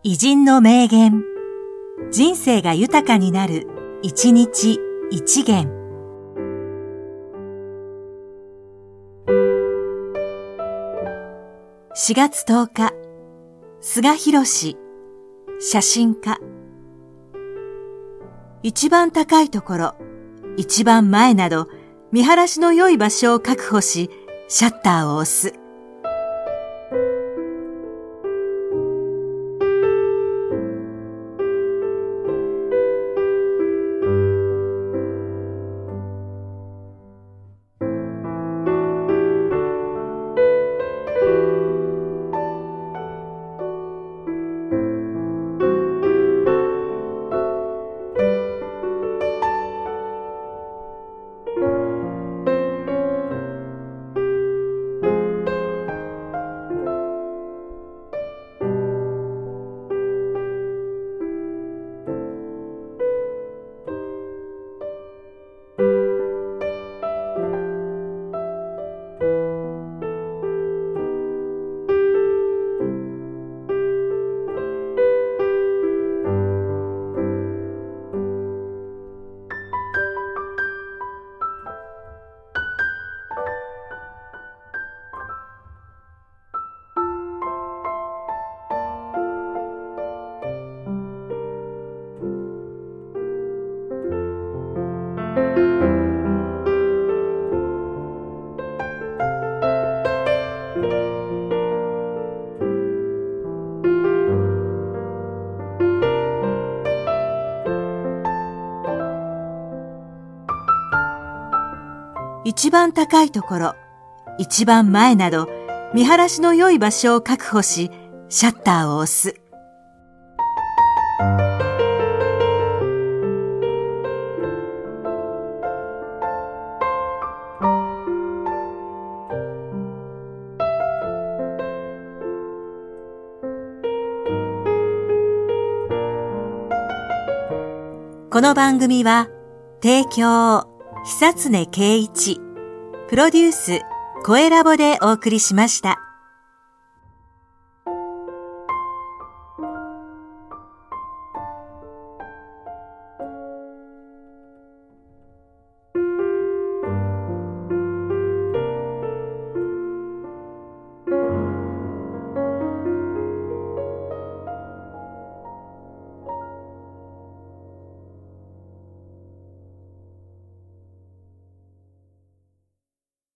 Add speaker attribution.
Speaker 1: 偉人の名言。人生が豊かになる、一日一元。4月10日、菅宏、写真家。一番高いところ、一番前など、見晴らしの良い場所を確保し、シャッターを押す。一番高いところ、一番前など、見晴らしの良い場所を確保し、シャッターを押す。この番組は、提供、久常圭一、プロデュース、声ラボでお送りしました。